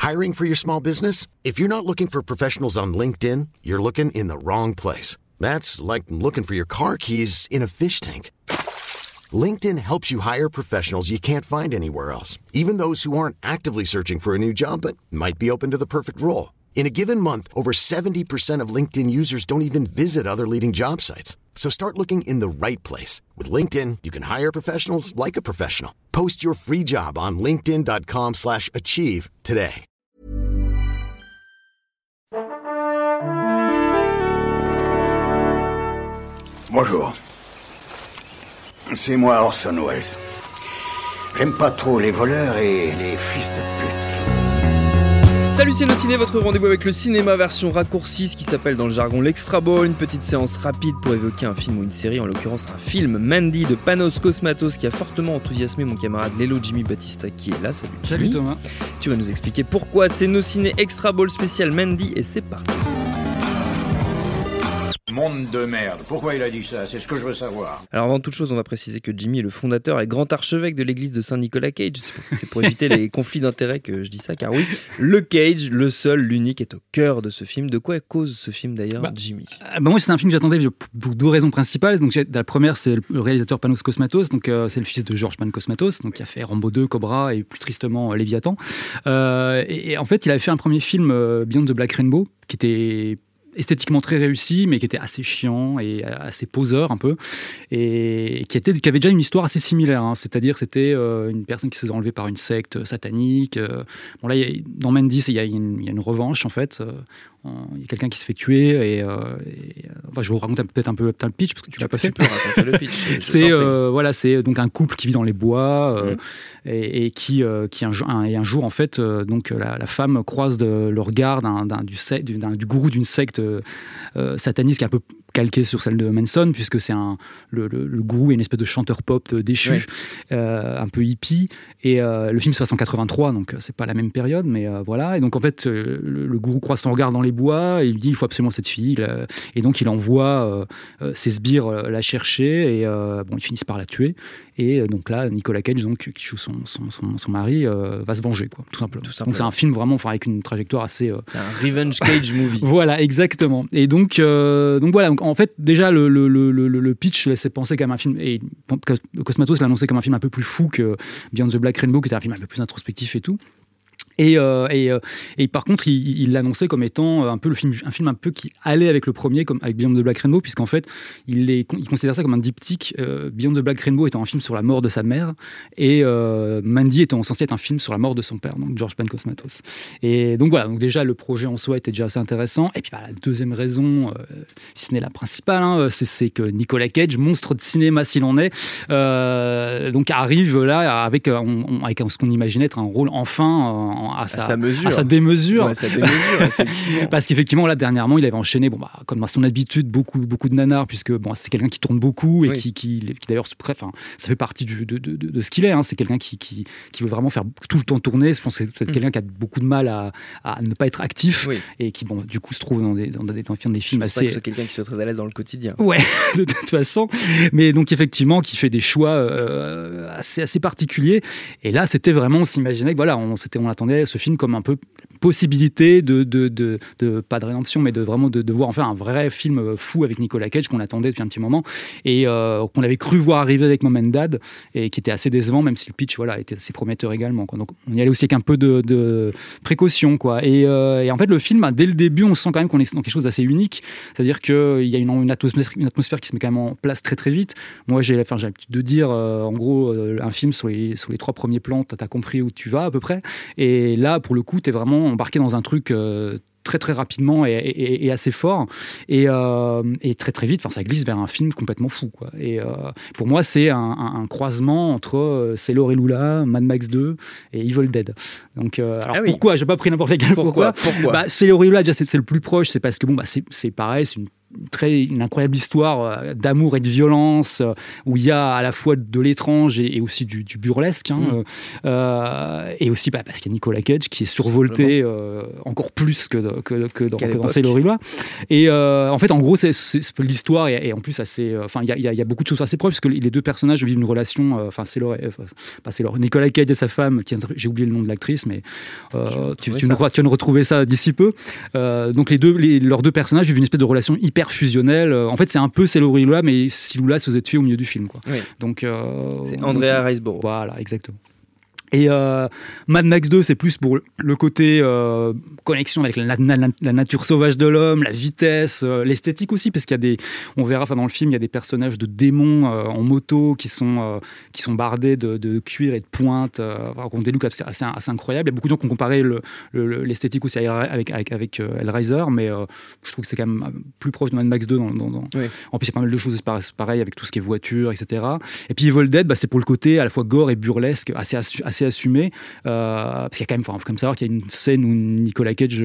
Hiring for your small business? If you're not looking for professionals on LinkedIn, you're looking in the wrong place. That's like looking for your car keys in a fish tank. LinkedIn helps you hire professionals you can't find anywhere else, even those who aren't actively searching for a new job but might be open to the perfect role. In a given month, over 70% of LinkedIn users don't even visit other leading job sites. So start looking in the right place. With LinkedIn, you can hire professionals like a professional. Post your free job on linkedin.com/achieve today. Bonjour. C'est moi Orson Welles. J'aime pas trop les voleurs et les fils de pute. Salut c'est Ciné, votre rendez-vous avec le cinéma version raccourcie, ce qui s'appelle dans le jargon l'extra ball, une petite séance rapide pour évoquer un film ou une série, en l'occurrence un film, Mandy de Panos Cosmatos, qui a fortement enthousiasmé mon camarade Lelo Jimmy Battista qui est là. Salut Thomas. Tu vas nous expliquer pourquoi c'est Ciné extra ball spécial Mandy et c'est parti. Monde de merde. Pourquoi il a dit ça? C'est ce que je veux savoir. Alors avant toute chose, on va préciser que Jimmy est le fondateur et grand archevêque de l'église de Saint-Nicolas Cage. C'est pour éviter les conflits d'intérêts que je dis ça, car oui, le Cage, le seul, l'unique, est au cœur de ce film. De quoi cause ce film d'ailleurs, Jimmy? Moi, c'est un film que j'attendais pour deux raisons principales. Donc, la première, c'est le réalisateur Panos Cosmatos, donc c'est le fils de George Panos Cosmatos, donc qui a fait Rambo 2, Cobra et plus tristement Léviathan. Et en fait, il avait fait un premier film, Beyond the Black Rainbow, qui était esthétiquement très réussi, mais qui était assez chiant et assez poseur un peu, et qui avait déjà une histoire assez similaire, hein. C'est-à-dire c'était une personne qui se faisait enlever par une secte satanique. Bon là, dans Mandy, il y a une revanche en fait. Il y a quelqu'un qui se fait tuer et enfin, je vais vous raconter peut-être un peu le pitch parce que tu l'as pas fait. Tu peux raconter le pitch. C'est donc un couple qui vit dans les bois et qui un jour en fait donc la femme croise le regard du gourou d'une secte sataniste qui est un peu calqué sur celle de Manson, puisque c'est le gourou est une espèce de chanteur pop déchu, un peu hippie, et le film se passe en 83, donc c'est pas la même période, mais voilà. Et donc en fait le gourou croise son regard dans les bois et il dit il faut absolument cette fille, et donc il envoie ses sbires la chercher, et ils finissent par la tuer. Et donc là, Nicolas Cage, donc, qui joue son mari, va se venger, quoi, tout simplement. Donc c'est un film vraiment avec une trajectoire assez... C'est un revenge Cage movie. Voilà, exactement. Et donc voilà, donc, en fait, déjà, le pitch laissait penser comme un film... Et Cosmatos l'a annoncé comme un film un peu plus fou que Beyond the Black Rainbow, qui était un film un peu plus introspectif et tout. Et par contre, il l'annonçait comme étant un film un peu qui allait avec le premier, comme avec Beyond the Black Rainbow, puisqu'en fait, il considère ça comme un diptyque. Beyond the Black Rainbow étant un film sur la mort de sa mère, et Mandy étant censé être un film sur la mort de son père, donc George Panos Cosmatos. Et donc voilà, donc déjà le projet en soi était déjà assez intéressant. Et puis la deuxième raison, si ce n'est la principale, hein, c'est que Nicolas Cage, monstre de cinéma s'il en est, donc arrive là avec ce qu'on imaginait être un rôle enfin à sa démesure. Ouais, sa démesure, effectivement. Parce qu'effectivement, là, dernièrement, il avait enchaîné, comme à son habitude, beaucoup de nanars, puisque c'est quelqu'un qui tourne beaucoup et qui d'ailleurs, ça fait partie de ce qu'il est. Hein. C'est quelqu'un qui veut vraiment faire tout le temps tourner. Je pense que c'est quelqu'un qui a beaucoup de mal à ne pas être actif, et qui, du coup, se trouve dans des films assez... Je pense pas que c'est quelqu'un qui soit très à l'aise dans le quotidien. Ouais, de toute façon. Mais donc, effectivement, qui fait des choix assez particuliers. Et là, c'était vraiment, on s'imaginait que voilà, on attendait ce film comme un peu possibilité de pas de rédemption, mais de vraiment de voir enfin un vrai film fou avec Nicolas Cage qu'on attendait depuis un petit moment, et qu'on avait cru voir arriver avec Mom and Dad, et qui était assez décevant, même si le pitch était assez prometteur également, quoi. Donc on y allait aussi avec un peu de précaution, quoi. Et en fait le film, dès le début, on sent quand même qu'on est dans quelque chose d'assez unique, c'est-à-dire qu'il y a une atmosphère qui se met quand même en place très très vite. Moi j'ai l'habitude de dire en gros un film sur les 3 premiers plans, t'as compris où tu vas à peu près. Et là, pour le coup, t'es vraiment embarqué dans un truc très très rapidement et assez fort, et très très vite. Enfin, ça glisse vers un film complètement fou, quoi. Et pour moi, c'est un croisement entre Sailor et Lula, Mad Max 2 et Evil Dead. Donc, pourquoi j'ai pas pris n'importe lequel? Pourquoi Sailor et Lula, déjà, c'est le plus proche. C'est parce que c'est pareil, c'est une incroyable histoire d'amour et de violence, où il y a à la fois de l'étrange et aussi du burlesque, et aussi parce qu'il y a Nicolas Cage qui est survolté encore plus que dans Sailor Lula. Et en fait, en gros, c'est l'histoire et en plus assez. Il y a beaucoup de choses assez proches, parce que les deux personnages vivent une relation. Nicolas Cage et sa femme, j'ai oublié le nom de l'actrice, mais tu vas nous retrouver ça d'ici peu. Donc leurs deux personnages vivent une espèce de relation hyper fusionnelle. En fait, c'est un peu Sailor Lula, mais si Lula se faisait tuer au milieu du film, quoi. Oui. Donc c'est Andrea Riseborough. Voilà, exactement. Et Mad Max 2, c'est plus pour le côté connexion avec la nature sauvage de l'homme, la vitesse, l'esthétique aussi, parce qu'il y a on verra dans le film, il y a des personnages de démons en moto qui sont bardés de cuir et de pointe, racontent des looks assez incroyables. Il y a beaucoup de gens qui ont comparé l'esthétique aussi avec Hellraiser, mais je trouve que c'est quand même plus proche de Mad Max 2. Oui. En plus, il y a pas mal de choses pareil avec tout ce qui est voiture, etc. Et puis Evil Dead, c'est pour le côté à la fois gore et burlesque, assez assumé, parce qu'il y a quand même, faut comme savoir qu'il y a une scène où Nicolas Cage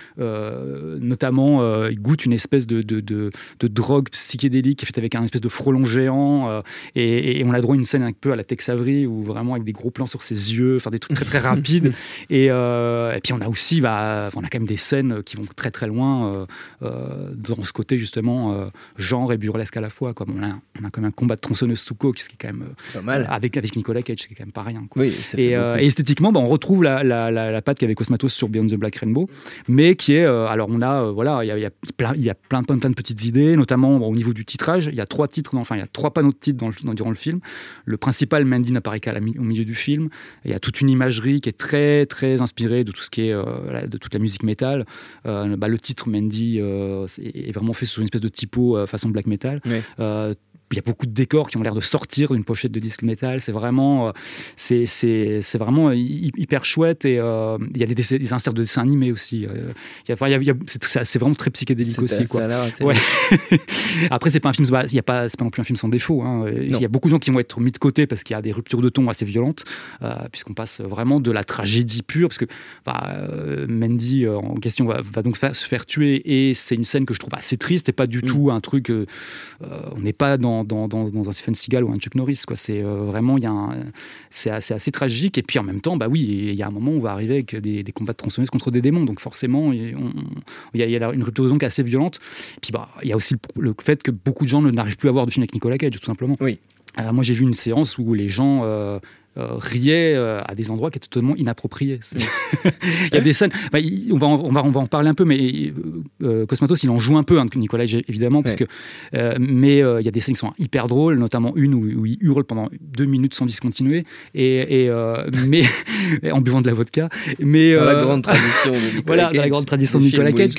notamment il goûte une espèce de drogue psychédélique qui est faite avec un espèce de frelon géant, et on a droit à une scène un peu à la Tex Avery, où vraiment avec des gros plans sur ses yeux, des trucs très très rapides, et puis on a aussi on a quand même des scènes qui vont très très loin dans ce côté justement genre et burlesque à la fois, quoi. On a quand même un combat de tronçonneuse Souko qui est quand même pas mal, avec Nicolas Cage, qui est quand même pas rien, quoi. Oui, et esthétiquement, on retrouve la patte qu'avait Cosmatos sur Beyond the Black Rainbow, mais qui est alors on a il y a plein de petites idées, notamment au niveau du titrage. Il y a 3 titres, il y a 3 panneaux de titres durant le film. Le principal, Mandy, n'apparaît qu'au milieu du film. Il y a toute une imagerie qui est très très inspirée de tout ce qui est de toute la musique métal. Le titre Mandy est vraiment fait sous une espèce de typo façon black metal. Oui. Il y a beaucoup de décors qui ont l'air de sortir d'une pochette de disque métal. C'est vraiment hyper chouette. Et il y a des inserts de dessins animés aussi. C'est vraiment très psychédélique aussi, quoi. Ouais. Après, c'est pas un film, c'est pas non plus un film sans défaut, hein. Il y a beaucoup de gens qui vont être mis de côté parce qu'il y a des ruptures de ton assez violentes, puisqu'on passe vraiment de la tragédie pure, parce que Mandy en question va donc se faire tuer, et c'est une scène que je trouve assez triste. C'est pas du tout un truc. On n'est pas dans un Stephen Seagal ou un Chuck Norris, quoi. C'est vraiment, c'est assez tragique, et puis en même temps, il y a un moment où on va arriver avec des combats de tronçonneuses contre des démons, donc forcément il y a une rupture de ton qui est assez violente. Et puis il y a aussi le fait que beaucoup de gens n'arrivent plus à voir de film avec Nicolas Cage, tout simplement. Oui. Moi j'ai vu une séance où les gens riait à des endroits qui étaient totalement inappropriés. Il y a des scènes, on va en parler un peu, mais Cosmatos il en joue un peu, Nicolas, évidemment, parce que mais il y a des scènes qui sont hyper drôles, notamment une où il hurle pendant 2 minutes sans discontinuer, mais en buvant de la vodka, mais dans la grande tradition de Nicolas Cage, dans la grande tradition de Nicolas Cage.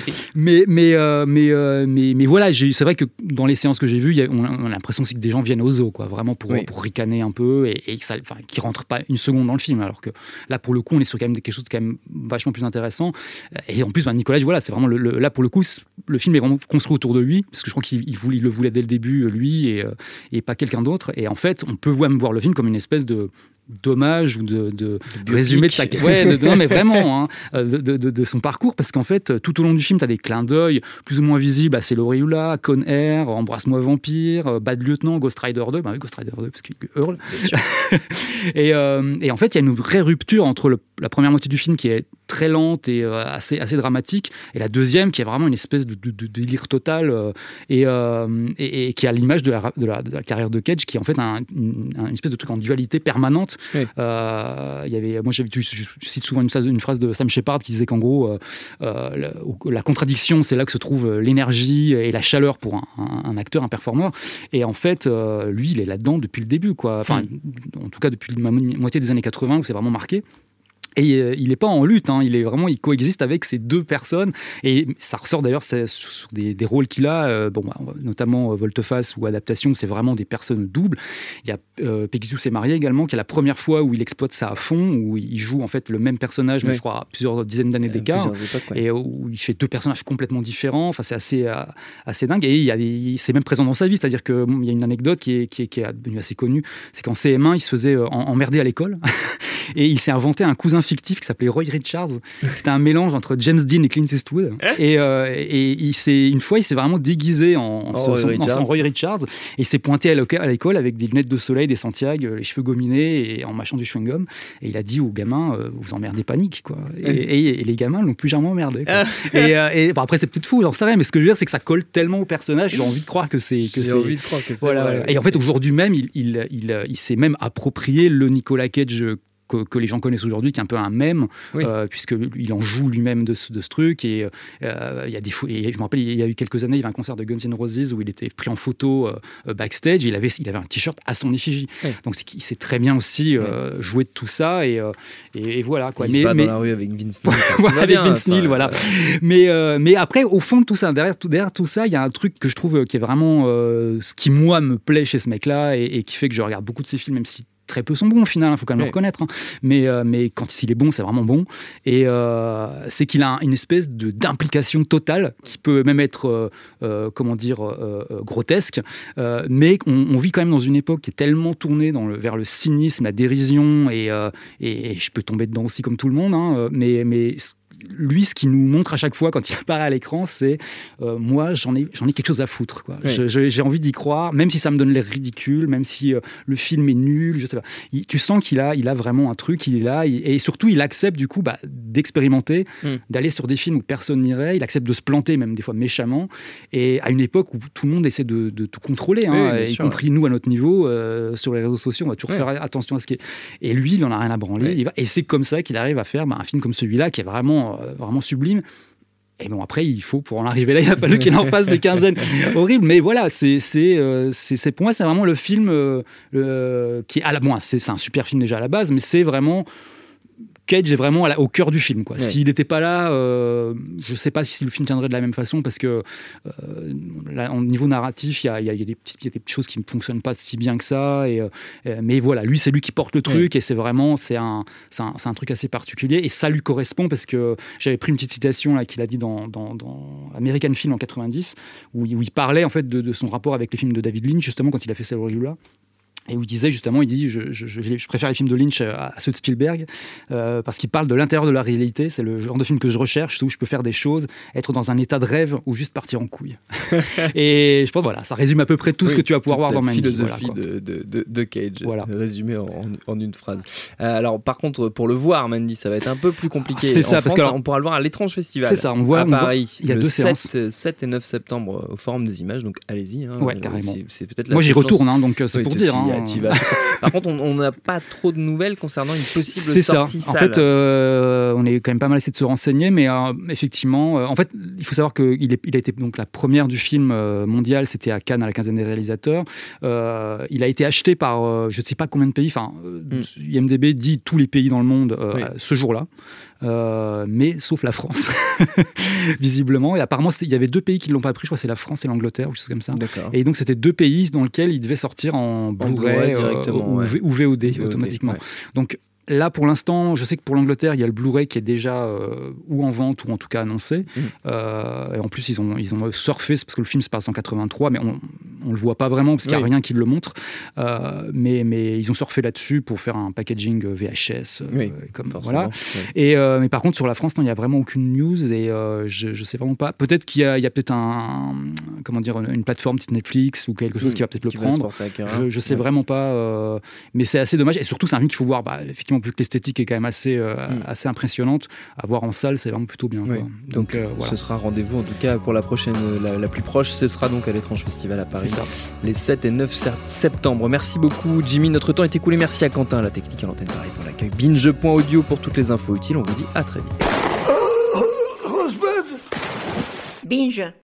Mais voilà, c'est vrai que dans les séances que j'ai vues, on a l'impression aussi que des gens viennent aux os, quoi, vraiment pour ricaner un peu, et qui rentrent pas une seconde dans le film, alors que là pour le coup on est sur quand même quelque chose de quand même vachement plus intéressant. Et en plus Nicolas, voilà, c'est vraiment là pour le coup le film est vraiment construit autour de lui, parce que je crois qu'il le voulait dès le début, lui, et pas quelqu'un d'autre. Et en fait on peut même voir le film comme une espèce de d'hommage ou de résumé de sa non mais vraiment, hein, de son parcours, parce qu'en fait tout au long du film tu as des clins d'œil plus ou moins visibles à Sailor Lula, Con Air, Embrasse-moi Vampire, Bad Lieutenant, Ghost Rider 2, Ghost Rider 2 parce qu'il hurle. Et en fait il y a une vraie rupture entre la première moitié du film qui est très lente et assez dramatique, et la deuxième qui est vraiment une espèce de délire total, et qui a l'image de la carrière de Cage, qui est en fait une espèce de truc en dualité permanente. Oui. Moi je cite souvent une phrase de Sam Shepard qui disait qu'en gros la contradiction, c'est là que se trouve l'énergie et la chaleur pour un acteur, un performeur, et en fait lui il est là-dedans depuis le début, quoi. Enfin, en tout cas depuis la moitié des années 80 où c'est vraiment marqué. Et il n'est pas en lutte, hein. Il coexiste avec ces deux personnes, et ça ressort d'ailleurs sur des rôles qu'il a, notamment Volte-Face ou Adaptation, c'est vraiment des personnes doubles. Il y a Pegasus est marié également, qui est la première fois où il exploite ça à fond, où il joue en fait le même personnage, mais je crois à plusieurs dizaines d'années d'écart, et où il fait 2 personnages complètement différents. Enfin, c'est assez dingue, et c'est même présent dans sa vie, c'est-à-dire qu'il y a une anecdote qui est devenue assez connue, c'est qu'en CM1 il se faisait emmerder à l'école et il s'est inventé un cousin fictif qui s'appelait Roy Richards, qui était un mélange entre James Dean et Clint Eastwood. Et une fois, il s'est vraiment déguisé en Roy Richards, et il s'est pointé à l'école avec des lunettes de soleil, des Santiago, les cheveux gominés et en mâchant du chewing-gum. Et il a dit aux gamins, vous emmerdez panique, quoi. Et les gamins l'ont plus jamais emmerdé, quoi. Après, c'est peut-être fou, j'en sais rien, mais ce que je veux dire, c'est que ça colle tellement au personnage que j'ai envie de croire que c'est. Envie de croire que c'est voilà. vrai. Et en fait, aujourd'hui même, il s'est même approprié le Nicolas Cage que les gens connaissent aujourd'hui, qui est un peu un mème, puisqu'il en joue lui-même de ce truc. Et il y a et je me rappelle, il y a eu quelques années, il y avait un concert de Guns N' Roses où il était pris en photo backstage, et il avait un t-shirt à son effigie. Donc il sait très bien aussi jouer de tout ça, et voilà, quoi. Il se bat dans la rue avec Vince Neil. Avec Vince Neil, voilà. Mais après, au fond de tout ça, derrière tout ça, il y a un truc que je trouve qui est vraiment ce qui, moi, me plaît chez ce mec-là, et qui fait que je regarde beaucoup de ses films, même si très peu sont bons au final, il faut quand même le reconnaître, hein. Mais quand il est bon, c'est vraiment bon. Et c'est qu'il a une espèce d'implication totale qui peut même être, grotesque. Mais on vit quand même dans une époque qui est tellement tournée vers le cynisme, la dérision, et je peux tomber dedans aussi comme tout le monde, hein, mais lui, ce qu'il nous montre à chaque fois quand il apparaît à l'écran, c'est moi, j'en ai quelque chose à foutre, quoi. J'ai envie d'y croire, même si ça me donne l'air ridicule, même si le film est nul, je sais pas. Tu sens qu'il a vraiment un truc, il est là, et surtout, il accepte du coup d'expérimenter, d'aller sur des films où personne n'irait, il accepte de se planter, même des fois méchamment, et à une époque où tout le monde essaie de tout contrôler, hein, y compris nous à notre niveau, sur les réseaux sociaux, on va toujours faire attention à ce qui est. Et lui, il en a rien à branler, et c'est comme ça qu'il arrive à faire un film comme celui-là, qui est vraiment sublime. Et bon, après, pour en arriver là, il a fallu qu'il en fasse des quinzaines. Horrible, mais voilà, c'est pour moi, c'est vraiment le film qui est c'est un super film déjà à la base, mais c'est vraiment Cage est vraiment au cœur du film, quoi. S'il n'était pas là, je ne sais pas si le film tiendrait de la même façon, parce que au niveau narratif, il y a des petites choses qui ne fonctionnent pas si bien que ça. Mais voilà, c'est lui qui porte le truc, et c'est un truc assez particulier, et ça lui correspond, parce que j'avais pris une petite citation là, qu'il a dit dans American Film en 90, où il parlait en fait de son rapport avec les films de David Lynch, justement quand il a fait Cellular. Et où il disait justement, je préfère les films de Lynch à ceux de Spielberg, parce qu'il parle de l'intérieur de la réalité. C'est le genre de film que je recherche, où je peux faire des choses, être dans un état de rêve ou juste partir en couille. Et je pense, voilà, ça résume à peu près tout ce que tu vas pouvoir voir dans Mandy. La philosophie de Cage, résumée en une phrase. Alors par contre, pour le voir, Mandy, ça va être un peu plus compliqué. C'est ça, France, parce on pourra le voir à l'Étrange Festival. C'est ça, on voit Paris. Il y a 2 séances. 7 et 9 septembre au Forum des Images, donc allez-y. Hein, carrément. C'est peut-être moi j'y retourne, hein, donc c'est pour dire. Par contre, on n'a pas trop de nouvelles concernant une possible sortie salle. En fait, on est quand même pas mal essayé de se renseigner, mais effectivement, en fait, il faut savoir qu'il a été donc la première du film mondial, c'était à Cannes à la quinzaine des réalisateurs. Il a été acheté par je ne sais pas combien de pays. Enfin, IMDb dit tous les pays dans le monde ce jour-là. Mais sauf la France, visiblement. Et apparemment, il y avait 2 pays qui ne l'ont pas pris. Je crois que c'est la France et l'Angleterre, ou quelque chose comme ça. D'accord. Et donc, c'était 2 pays dans lesquels il devait sortir en Blu-ray ou VOD automatiquement. Donc là, pour l'instant, je sais que pour l'Angleterre, il y a le Blu-ray qui est déjà ou en vente ou en tout cas annoncé. Et en plus, ils ont surfé, parce que le film se passe en 83, mais on le voit pas vraiment parce qu'il n'y a rien qui le montre. Mais ils ont surfé là-dessus pour faire un packaging VHS. Voilà. Mais par contre, sur la France, non, il n'y a vraiment aucune news, et je sais vraiment pas. Peut-être qu'il y a peut-être une plateforme type Netflix ou quelque chose qui va peut-être le prendre. Je sais vraiment pas. Mais c'est assez dommage. Et surtout, c'est un film qu'il faut voir. Effectivement, vu que l'esthétique est quand même assez impressionnante, à voir en salle, c'est vraiment plutôt bien. Oui. Donc voilà. Ce sera rendez-vous, en tout cas pour la prochaine, la plus proche, ce sera donc à l'Étrange Festival à Paris, les 7 et 9 septembre. Merci beaucoup Jimmy, notre temps est écoulé. Merci à Quentin, la technique à l'antenne Paris pour l'accueil. Binge.audio pour toutes les infos utiles. On vous dit à très vite. Binge.